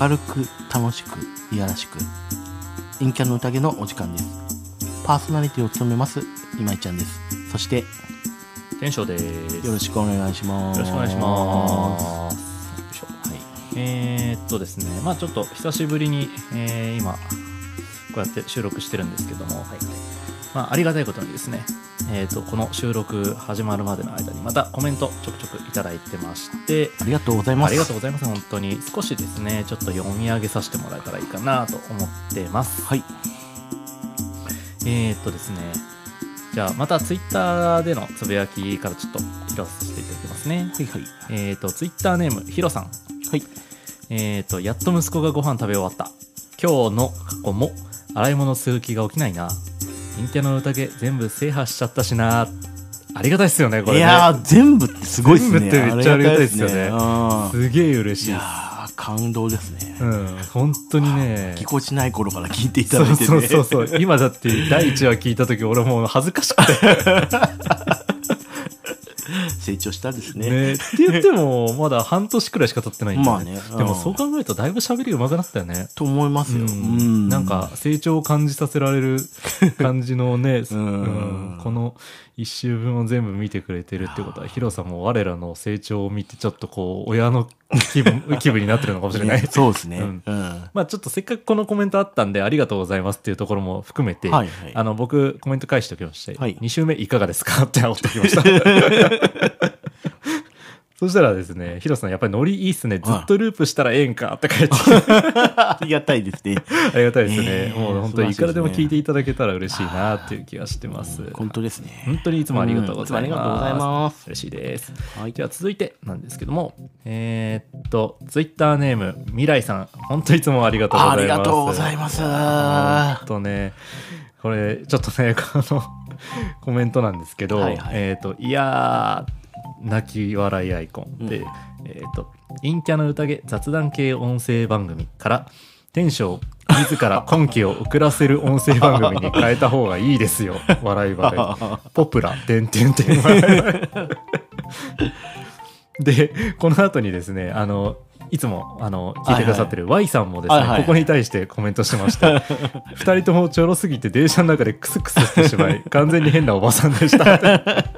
明るく楽しくいやらしく陰キャの宴のお時間です。パーソナリティを務めます今井ちゃんです。そして天翔です。 よろしくお願いします。 よろしくお願いします。ですね、まあちょっと久しぶりに、今こうやって収録してるんですけども、まあ、ありがたいことにですね、この収録始まるまでの間にまたコメントちょくちょくいただいてまして、 ありがとうございます。 ありがとうございます。本当に少しですねちょっと読み上げさせてもらえたらいいかなと思ってます。 はい。 ですね、じゃあまたツイッターでのつぶやきからちょっと拾わせていただきますね。 はいはい。 ツイッターネームひろさん。 はい。 やっと息子がご飯食べ終わった。今日の過去も洗い物する気が起きないな。陰キャの宴全部制覇しちゃったしな。ありがたいですよねこれね。 いやー全部ってすごいですね。 全部ってめっちゃありがたいですよね。すげえ嬉しい。 いやー感動ですね。 本当にね。 ぎこちない頃から聞いていただいてね。 そう今だって第1話聞いた時俺もう恥ずかしくて。 成長したんですね。 って言ってもまだ半年くらいしか経ってないんで、 まあね、 でもそう考えるとだいぶ喋り上手くなったよねと思いますよ。 なんか成長を感じさせられる感じのねこの一周分を全部見てくれてるってことはヒロさんも我らの成長を見てちょっとこう親の気分になってるのかもしれない。 そうですね。 まあちょっとせっかくこのコメントあったんでありがとうございますっていうところも含めて、僕コメント返しておきまして、2週目いかがですかって煽っておきました。そしたらですね、ヒロさんやっぱりノリいいっすね。ずっとループしたらええんかって書いてありがたいですね。 ありがたいですね。もう本当にいくらでも聞いていただけたら嬉しいなっていう気がしてます。 本当ですね。 本当にいつもありがとうございます。 ありがとうございます。 嬉しいです。では続いてなんですけども、ツイッターネーム未来さん、本当いつもありがとうございます。 ありがとうございます。 本当ね、これちょっとねコメントなんですけど、いやー泣き笑いアイコンで、陰キャの宴雑談系音声番組からテンション自ら今期を遅らせる音声番組に変えた方がいいですよ。笑い笑いポプラでこの後にですねいつも聞いてくださってる Y さんもですね、ここに対してコメントしてました。2人ともちょろすぎて電車の中でクスクスしてしまい完全に変なおばさんでした。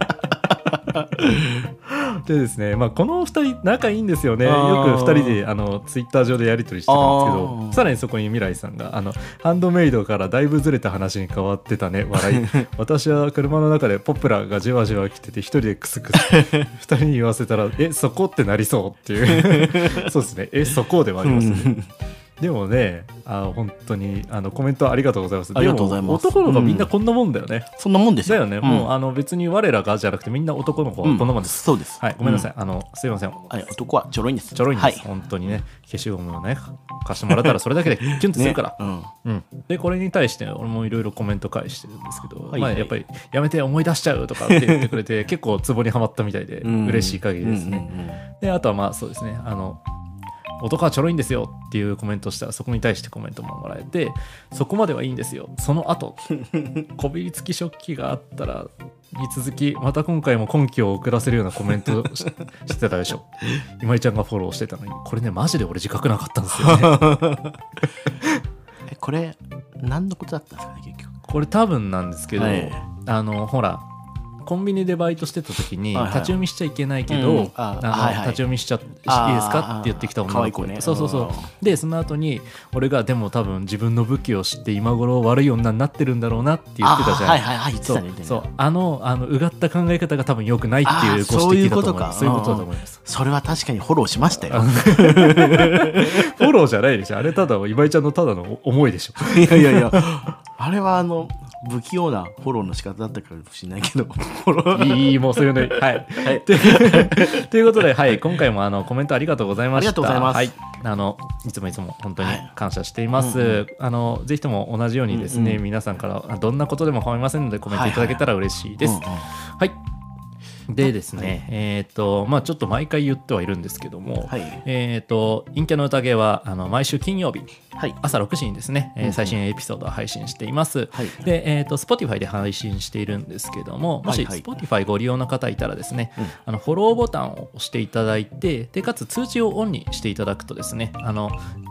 でですね、まあ、この2人仲いいんですよね。よく2人でツイッター上でやり取りしてたんですけど、さらにそこに未来さんがハンドメイドからだいぶずれた話に変わってたね笑い。私は車の中でポプラがじわじわ来てて一人でクスクス2人に言わせたらそこってなりそうっていうそうですねそこではありますね。でもね、本当にコメントありがとうございます。 ありがとうございます。 男の子みんなこんなもんだよね。 そんなもんですよ。 だよね。もう別に我らがじゃなくてみんな男の子はこんなもんです。 そうです。 はい、ごめんなさい。すいません。 男はちょろいんです。 ちょろいんです。本当にね、消しゴムをね貸してもらったらそれだけでキュンとするから。でこれに対して俺もいろいろコメント返してるんですけど、まあやっぱりやめて思い出しちゃうとかって言ってくれて結構ツボにはまったみたいで嬉しい限りですね。であとはまあそうですね。男はちょろいんですよっていうコメントをしたらそこに対してコメントももらえて、そこまではいいんですよ、その後こびりつき食器があったらに続きまた今回も今期を遅らせるようなコメントしてたでしょ。今井ちゃんがフォローしてたのにこれねマジで俺自覚なかったんですよね。 これ何のことだったんですかね結局。 これ多分なんですけど、ほらコンビニでバイトしてた時に立ち読みしちゃいけないけど、立ち読みしちゃっていいですかって言ってきた女の子ね。そうでその後に俺がでも多分自分の武器を知って今頃悪い女になってるんだろうなって言ってたじゃん。そううがった考え方が多分良くないっていうご指摘だと思います。そういうことだと思います。 それは確かにフォローしましたよ。フォローじゃないでしょあれ。ただ今井ちゃんのただの思いでしょ。 いやあれは不器用なフォローの仕方だったかもしれないけどいいもうそういうのはいということで、はい、今回もコメントありがとうございました。 ありがとうございます。 はい、いつも本当に感謝しています。ぜひとも同じようにですね、皆さんからどんなことでも構いませんのでコメントいただけたら嬉しいです。はい。でですね、まあちょっと毎回言ってはいるんですけども、陰キャの宴は毎週金曜日、朝6時にですね、最新エピソードを配信しています。で、Spotify で配信しているんですけども、もし Spotify ご利用の方いたらですね、フォローボタンを押していただいて、でかつ通知をオンにしていただくとですね、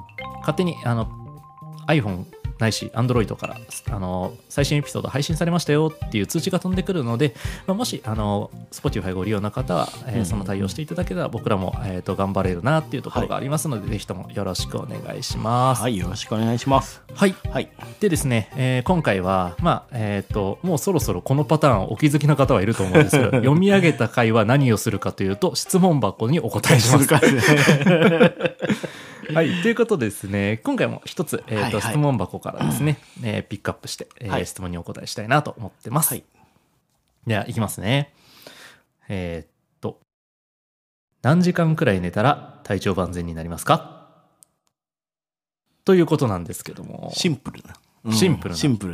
勝手にiPhone ないし Android から最新エピソード配信されましたよっていう通知が飛んでくるので、もしSpotify ご利用の方は、その対応していただけたら僕らも、頑張れるなっていうところがありますので、ぜひともよろしくお願いします。 はい、よろしくお願いします。 はい、はい、でですね、今回は、もうそろそろこのパターンお気づきの方はいると思うんですけど読み上げた回は何をするかというと質問箱にお答えしますはい、ということでですね、今回も一つ、質問箱からですね、ピックアップして、質問にお答えしたいなと思ってます。はい、では、いきますね。何時間くらい寝たら体調万全になりますか？ということなんですけども。 シンプルな。 シンプル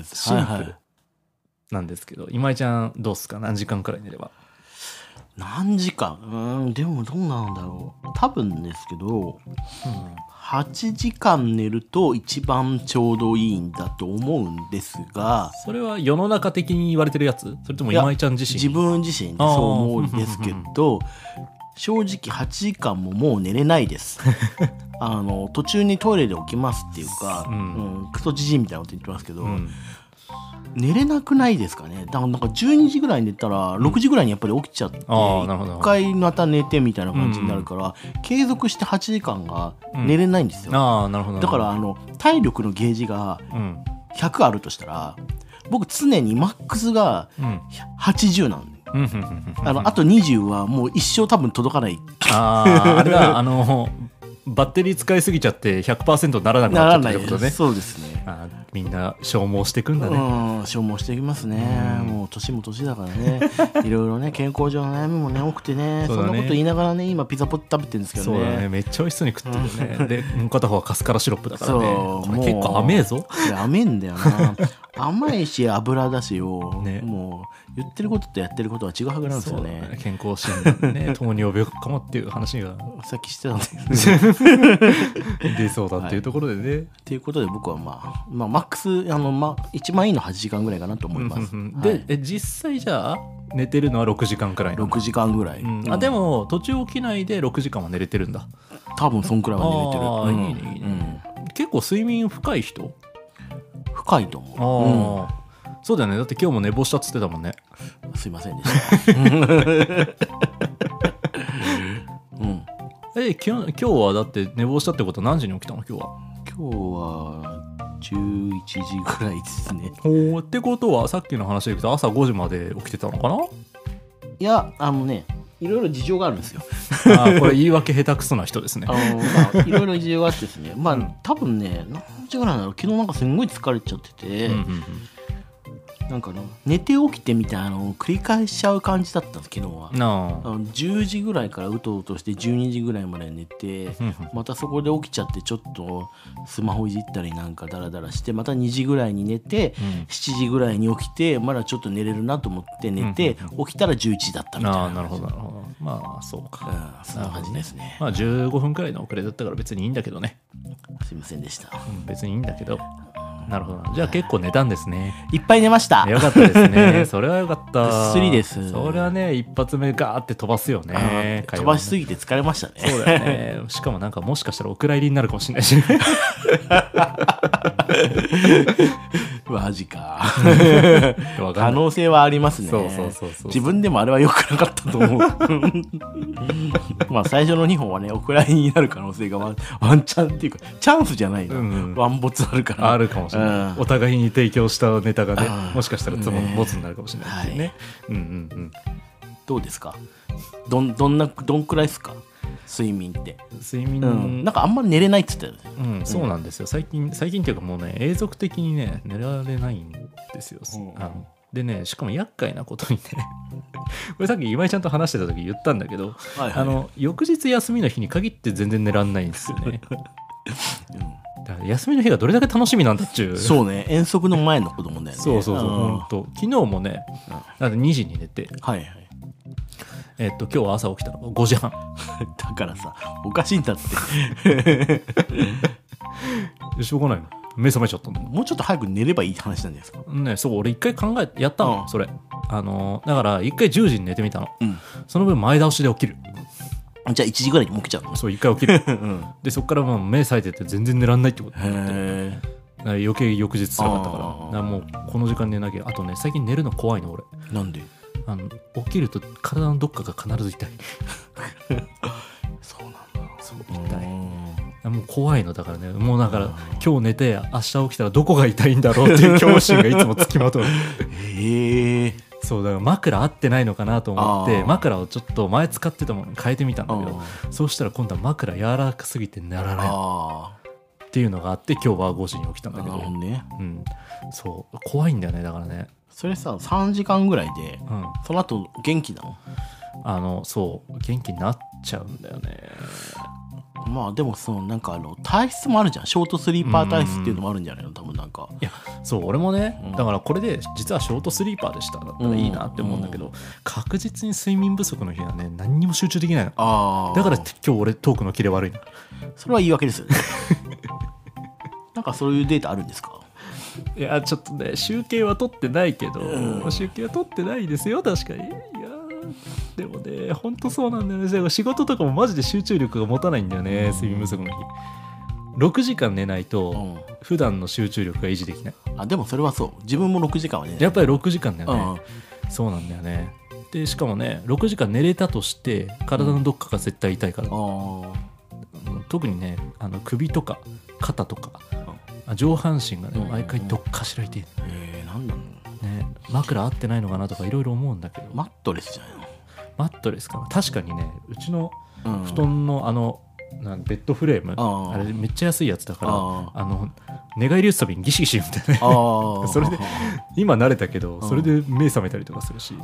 なんですけど、今井ちゃんどうっすか？何時間くらい寝れば。 何時間？でもどうなんだろう。多分ですけど、8時間寝ると一番ちょうどいいんだと思うんですが、 それは世の中的に言われてるやつ？それとも今井ちゃん自身？ 自分自身でそう思うんですけど、正直8時間ももう寝れないです途中にトイレで起きますっていうか、クソじじいみたいなこと言ってますけど、寝れなくないですかね。だからなんか12時ぐらい寝たら6時ぐらいにやっぱり起きちゃって、1回また寝てみたいな感じになるから、継続して8時間が寝れないんですよ。だから体力のゲージが100あるとしたら、僕常にマックスが80なんで、あと20はもう一生多分届かない。 あれだバッテリー使いすぎちゃって 100% にならなくなっちゃったってことね。 そうですね。 みんな消耗していくんだね。 消耗していきますね。もう年も年だからねいろいろね、健康上の悩みもね多くてね、そんなこと言いながらね今ピザポット食べてるんですけどね。 そうだね、めっちゃ美味しそうに食ってるねで片方はカスカラシロップだからね。これ結構甘えぞ。 これ甘えんだよな甘いし油だしよ、もう言ってることとやってることは違うはずなんですよね。 健康診断ね糖尿病かもっていう話がさっきしてたんです出そうだっていうところでね。 っていうことで僕はマックス一番いいの8時間ぐらいかなと思います。 で、実際じゃあ寝てるのは6時間くらい。 6時間ぐらい。 でも途中起きないで6時間は寝れてるんだ。 多分そんくらいは寝れてる。 いいね。結構睡眠深い人？ 深いと思う。そうだよね。だって今日も寝坊したっつってたもんね。 すいませんでした今日はだって寝坊したってことは何時に起きたの？今日は11時ぐらいですね。 ってことはさっきの話でいくと朝5時まで起きてたのかな？ いやいろいろ事情があるんですよこれ言い訳下手くそな人ですねいろいろ事情があってですね、多分ね何時ぐらいなの、昨日なんかすんごい疲れちゃってて、なんか寝て起きてみたいなのを繰り返しちゃう感じだったんです。昨日は10時ぐらいからうとうとして12時ぐらいまで寝て、またそこで起きちゃってちょっとスマホいじったりなんかダラダラして、また2時ぐらいに寝て、7時ぐらいに起きてまだちょっと寝れるなと思って寝て、起きたら11時だったみたいな。 なるほどなるほど。まあそうか、 そんな感じですね。 15分くらいの遅れだったから別にいいんだけどね。 すいませんでした。 別にいいんだけど。なるほど。じゃあ結構寝たんですね。 いっぱい寝ました。 よかったですね。それはよかった。 ぐっすりです。 それはね、一発目ガーって飛ばすよね。 飛ばしすぎて疲れましたね。 そうだよね。しかもなんかもしかしたらお蔵入りになるかもしれないしね。 マジか。可能性はありますね。自分でもあれは良くなかったと思う。最初の2本はね、お蔵入りになる可能性がワンチャンっていうかチャンスじゃないの、ワンボツあるから。 あるかもしれない。お互いに提供したネタがね、もしかしたらボツになるかもしれないっていうね。 どうですか？どんくらいですか？睡眠って。 睡眠、 なんかあんまり寝れないっつってたよね。そうなんですよ。最近っていうかもうね、永続的にね寝られないんですよ。でね、しかも厄介なことにねこれさっき今井ちゃんと話してた時言ったんだけど、翌日休みの日に限って全然寝らんないんですよね。だから休みの日がどれだけ楽しみなんだっちゅう。 そうね、遠足の前の子供だよね。 そう本当。昨日もね、2時に寝て、今日は朝起きたのが5時半。 だからさ、おかしいんだってしょうがないの、目覚めちゃったんだ。 もうちょっと早く寝ればいい話なんじゃないですかね。そう、俺一回やったの、それ。だから一回10時に寝てみたの、その分前倒しで起きる。 じゃあ1時ぐらいに起きちゃうの？ そう1回起きる、でそっからもう目冴えてて全然寝らんないってことになって、余計翌日辛かったからもうこの時間寝なきゃ。あとね最近寝るの怖いの俺。 なんで？ 起きると体のどっかが必ず痛いそうなんだ。 そう痛い。もう怖いのだからね。もうだから今日寝て明日起きたらどこが痛いんだろうっていう恐怖心がいつもつきまとうそうだから枕合ってないのかなと思って枕をちょっと前使ってたものに変えてみたんだけど、そうしたら今度は枕柔らかすぎて寝られないっていうのがあって今日は5時に起きたんだけど、そう怖いんだよね。だからねそれさ3時間ぐらいで、その後元気なの？そう元気になっちゃうんだよね。 まあでもなんか体質もあるじゃん。ショートスリーパー体質っていうのもあるんじゃないの？多分なんか。 いやそう俺もね、だからこれで実はショートスリーパーでしただったらいいなって思うんだけど、確実に睡眠不足の日はね何にも集中できないの。だから今日俺トークのキレ悪いの。 それは言い訳ですよねなんかそういうデータあるんですか？ いやちょっとね集計は取ってないけど、集計は取ってないですよ確かに。いやでもねほんとそうなんだよね。仕事とかもマジで集中力が持たないんだよね、睡眠不足の日。6時間寝ないと普段の集中力が維持できない。 でもそれはそう。自分も6時間はねやっぱり6時間だよね。そうなんだよね。でしかもね6時間寝れたとして体のどっかが絶対痛いから、特にね首とか肩とか、上半身がね毎回どっかしら痛い。 なんだろうね。枕合ってないのかなとかいろいろ思うんだけど。 マットレスじゃないの？ マットレスかな。確かにねうちの布団のベッドフレーム、あれめっちゃ安いやつだから寝返り打つたびにギシギシみたいなそれで今慣れたけどそれで目覚めたりとかするし、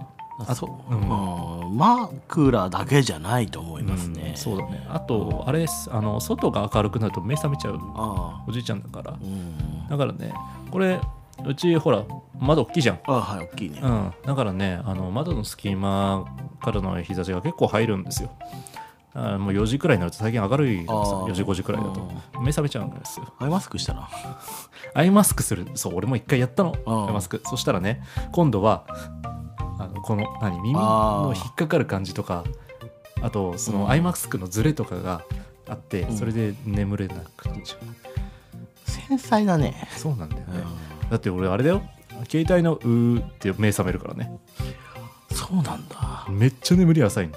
枕だけじゃないと思いますね。 そうだね。あとあれ外が明るくなると目覚めちゃうおじいちゃんだから、だからねこれうちほら窓大きいじゃん。 はい大きいね。 だからね窓の隙間からの日差しが結構入るんですよ。もう4時くらいになると最近明るいからさ、4時5時くらいだと目覚めちゃうんですよ。 アイマスクしたらアイマスクする。そう俺も一回やったのアイマスク。そしたらね今度はこの耳の引っかかる感じとか、あとそのアイマスクのズレとかがあって、それで眠れなくなっちゃう。 繊細だね。 そうなんだよね。だって俺あれだよ、携帯のうーって目覚めるからね。 そうなんだ。 めっちゃ眠り浅いの。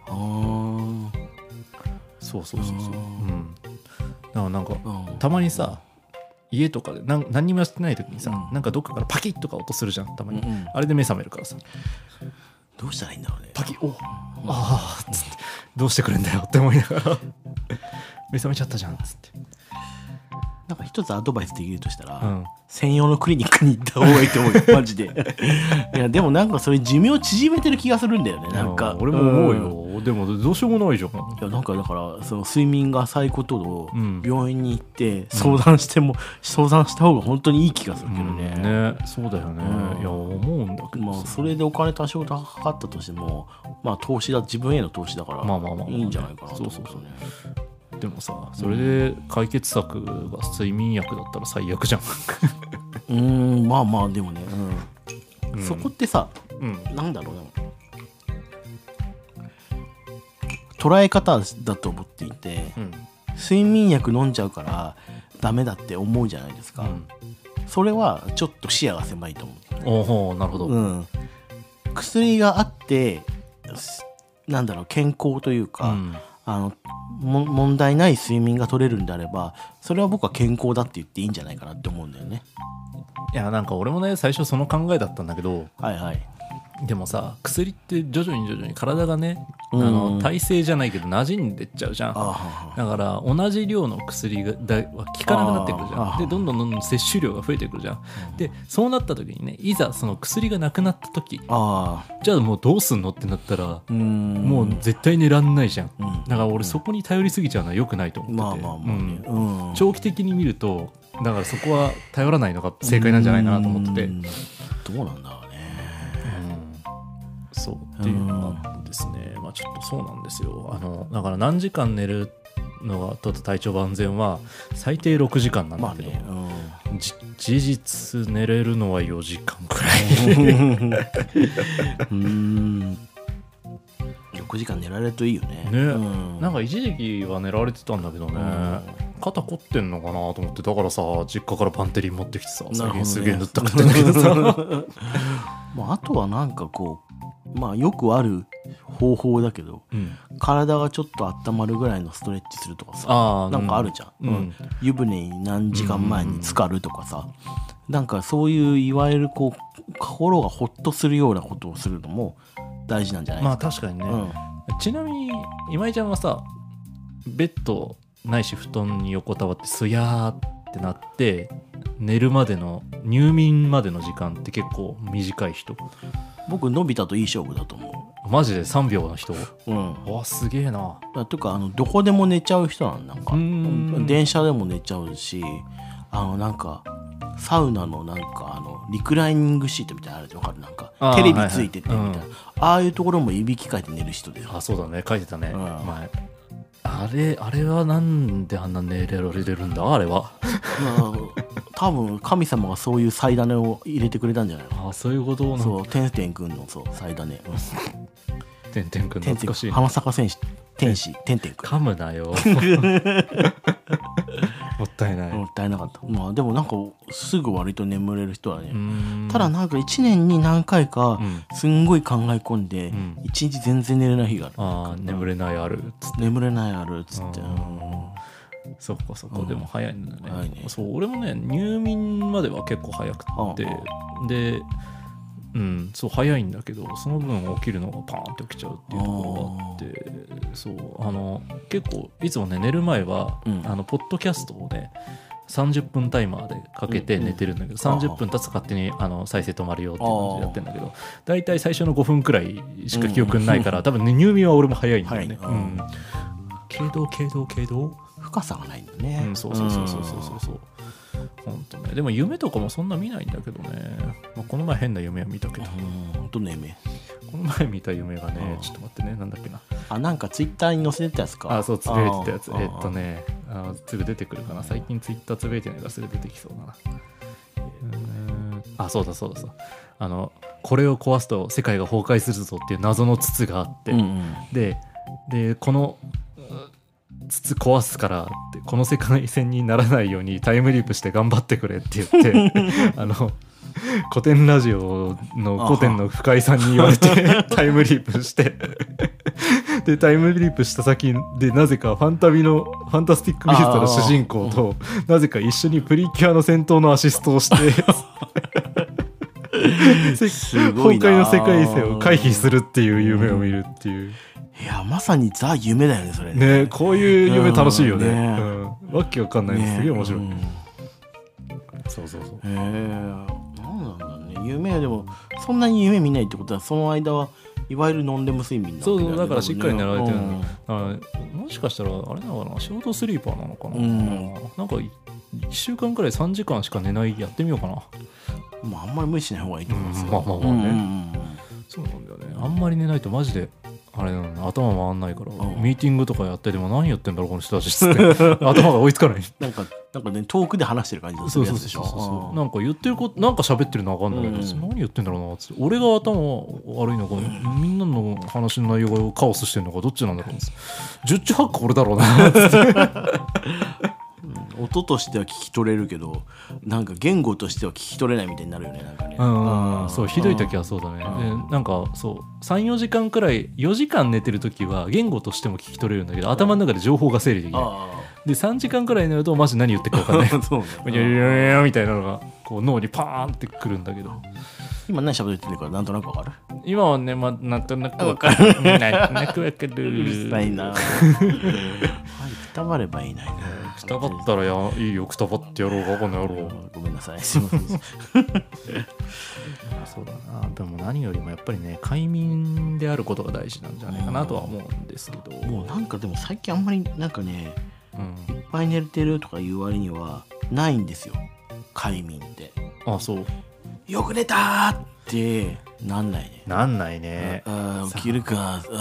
そうだからなんかたまにさ家とかで何にもやってない時にさ、なんかどっかからパキッとか音するじゃんたまに、あれで目覚めるからさ。 どうしたらいいんだろうね。 パキッああっつってどうしてくれんだよって思いながら目覚めちゃったじゃんっつって。 なんか一つアドバイスできるとしたら、専用のクリニックに行った方がいいと思うよマジでいやでもなんかそれ寿命縮めてる気がするんだよね。なんか俺も思うよ、でもどうしようもないじゃん。いやなんかだからその睡眠が浅いことを病院に行って相談した方が本当にいい気がするけどね。 そうだよね。いや思うんだけど、 それでお金多少高かったとしても投資だ、自分への投資だからいいんじゃないかなと思う。そうでもさそれで解決策が睡眠薬だったら最悪じゃんでもね、そこってさ、なんだろうな、捉え方だと思っていて、睡眠薬飲んじゃうからダメだって思うじゃないですか、それはちょっと視野が狭いと思う。 なるほど、 薬があってなんだろう健康というか、問題ない睡眠が取れるんであればそれは僕は健康だって言っていいんじゃないかなって思うんだよね。 いやなんか俺もね最初その考えだったんだけど、でもさ薬って徐々に体がね耐性じゃないけど馴染んでっちゃうじゃん。だから同じ量の薬が効かなくなってくるじゃん。でどんどん摂取量が増えてくるじゃん。でそうなった時にねいざその薬がなくなった時じゃあもうどうすんのってなったらもう絶対寝らんないじゃん。だから俺そこに頼りすぎちゃうのは良くないと思ってて、長期的に見るとだからそこは頼らないのが正解なんじゃないかなと思ってて。 どうなんだろうね。 そうっていうのがですね、ちょっとそうなんですよ。だから何時間寝るのがと体調万全は最低6時間なんだけど、事実寝れるのは4時間くらい 6 6時間寝られるといいよね。 なんか一時期は寝られてたんだけどね、肩凝ってんのかなと思って、だからさ実家からバンテリン持ってきてさ、最近すげえ塗ったくってんだけどさあとはなんかこうよくある方法だけど、体がちょっと温まるぐらいのストレッチするとかさ、なんかあるじゃん、湯船に何時間前に浸かるとかさ、なんかそういういわゆるこう心がホッとするようなことをするのも大事なんじゃないですか。 確かにね、ちなみに今井ちゃんはさ、ベッドないし布団に横たわってすやーってなって寝るまでの入眠までの時間って結構短い人？ 僕のび太といい勝負だと思う。マジで3秒の人？わすげえな。 というかどこでも寝ちゃう人なんか電車でも寝ちゃうし、なんかサウナのなんかリクライニングシートみたいなのあるじゃん、分かる？なんかテレビついててみたいな、ああいうところもいびきかいて寝る人で。 そうだね、書いてたね、前。あれはなんであんな寝られるんだあれは。 多分神様がそういう菜種を入れてくれたんじゃないの？ そういうことなの。 そう、てんてんくんの菜種。 てんてんくん懐かしい。 花咲か戦士天使てんてんくん。 噛むなよ。もったいない。 もったいなかった。でもなんかすぐ割と眠れる人はね。ただなんか1年に何回かすんごい考え込んで1日全然寝れない日がある。 眠れないあるっつって。 眠れないあるっつって。 そっか、でも早いんだね。そう俺もね入眠までは結構早くて、でそう早いんだけど、その分起きるのがパーンって起きちゃうっていうところがあって、そう結構いつもね寝る前は、ポッドキャストをね30分タイマーでかけて寝てるんだけど、30分経つと勝手に再生止まるよっていう感じでやってるんだけど、だいたい最初の5分くらいしか記憶ないから、多分ね入眠は俺も早いんだよね。けど深さがないんだね。 そう本当ね。でも夢とかもそんな見ないんだけどね。この前変な夢は見たけど。 どんな夢？ この前見た夢がね、ちょっと待ってね、なんだっけな。 なんかツイッターに載せてたやつか。 そう、つぶやいてたやつ。すぐ出てくるかな。最近ツイッターつぶやいてないからすぐ出てきそうだな。そうだ。これを壊すと世界が崩壊するぞっていう謎の筒があって、でこの筒壊すからってこの世界線にならないようにタイムリープして頑張ってくれって言って古典ラジオの古典の深井さんに言われてタイムリープしてでタイムリープした先でなぜかファンタビのファンタスティック・ビーストの主人公となぜか一緒にプリキュアの戦闘のアシストをして崩壊の世界線を回避するっていう夢を見るっていう。 いやまさにザ夢だよねそれね。こういう夢楽しいよね。わけわかんないですげえ面白い。そうなんだね。夢でもそんなに夢見ないってことはその間はいわゆるノンレム睡眠なわけだよね。そうだからしっかり寝られてるの。もしかしたらあれなのかな、ショートスリーパーなのかな。なんか1週間くらい3時間しか寝ないやってみようかな。 あんまり無理しない方がいいと思いますよ。 そうなんだよね。あんまり寝ないとマジであれなの、頭回んないから、ミーティングとかやってでも何やってんだろうこの人たちっつって頭が追いつかない。 なんかね遠くで話してる感じするやつでしょ。 そうなんか言ってることなんか喋ってるの分かんないけど、何言ってんだろうなっつって、俺が頭悪いのか、みんなの話の内容がカオスしてるのかどっちなんだろうっつって、十中八九俺だろうなっつって音としては聞き取れるけどなんか言語としては聞き取れないみたいになるよね。なんかね。 そうひどい時はそうだね。なんかそう3-4時間くらい4時間寝てる時は言語としても聞き取れるんだけど頭の中で情報が整理できない。で3時間くらいになるとマジ何言ってるか分かんないそうねみたいなのがこう脳にパーンってくるんだけど、今何喋ってるかなんとなく分かる。 今はね、なんとなく分かる。なんとなく分かる。 うるさいな。くたばればいいな。 くたばったらいいよ、くたばってやろうがこの野郎。 ごめんなさい。すいません。 そうだな。でも何よりもやっぱりね、快眠であることが大事なんじゃないかなとは思うんですけど。 もうなんかでも最近あんまりなんかね、いっぱい寝れてるとかいう割にはないんですよ。快眠って。 そう。 よく寝たーってなんないね。 なんないね。 起きるか。そう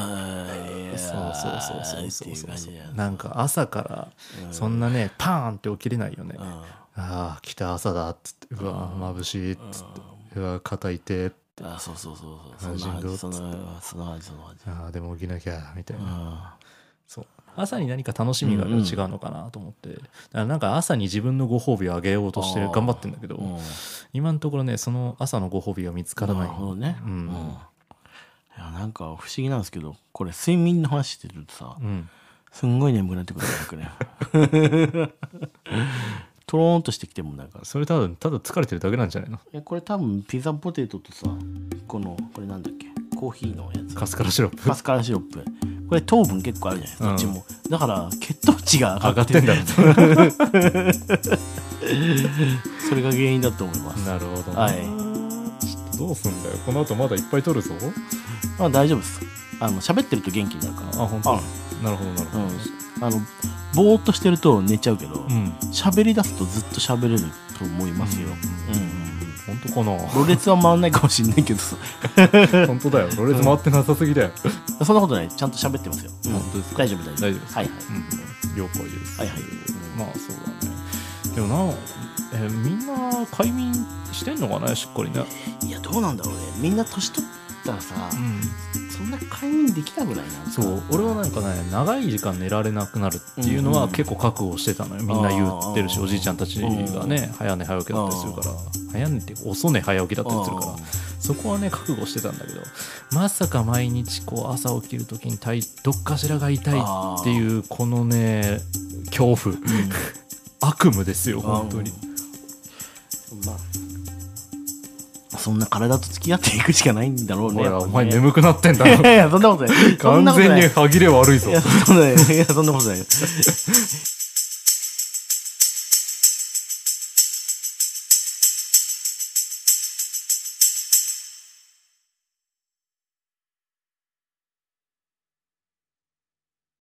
なんか朝からそんなねパーンって起きれないよね。来た朝だっつって、うわ眩しいっつって、うわ肩痛いっ 。 あ、そうそうそうそう。その味、その味。 ああ、でも起きなきゃみたいな。そう。朝に何か楽しみがあるら違うのかなと思って、だからなんか朝に自分のご褒美をあげようとして頑張ってんだけど、今のところね、その朝のご褒美が見つからない。 なるほどね。いや、なんか不思議なんですけど、これ睡眠の話してるとさ、すんごい眠くなってくるね。トローンとしてきてもなんか、 それただ疲れてるだけなんじゃないの？ これ多分ピザポテトとさ、これなんだっけ、コーヒーのやつ、 カスカラシロップ、これ糖分結構あるじゃないですか、どっちも。だから血糖値が上がってんだろう。 それが原因だと思います。 なるほどね。 はい。 ちょっとどうすんだよ、この後まだいっぱい取るぞ。 あ、大丈夫です。喋ってると元気になるから。 あ、本当。なるほど。 ぼーっとしてると寝ちゃうけど、喋り出すとずっと喋れると思いますよ。 本当かな。 ろれつは回んないかもしれないけどさ。 本当だよ、ろれつ回ってなさすぎだよ。 そんなことない、ちゃんと喋ってますよ。 本当ですか？ 大丈夫です。 はいはい。了解です。 はいはい。 まあそうだね。でもみんな快眠してんのかな、しっかりね。 いや、どうなんだろうね。みんな年取ったらさ、そんな快眠できなくないな。 そう、俺はなんかね、長い時間寝られなくなるっていうのは結構覚悟してたのよ。みんな言ってるし、おじいちゃんたちがね、早寝早起きだったりするから、早寝って遅寝早起きだったりするから、そこはね覚悟してたんだけど、まさか毎日こう朝起きる時にどっかしらが痛いっていうこのね恐怖、悪夢ですよ本当に。 まあそんな体と付き合っていくしかないんだろうね。 お前眠くなってんだろ。 いやそんなことない。 完全に歯切れ悪いぞ。 いやそんなことない。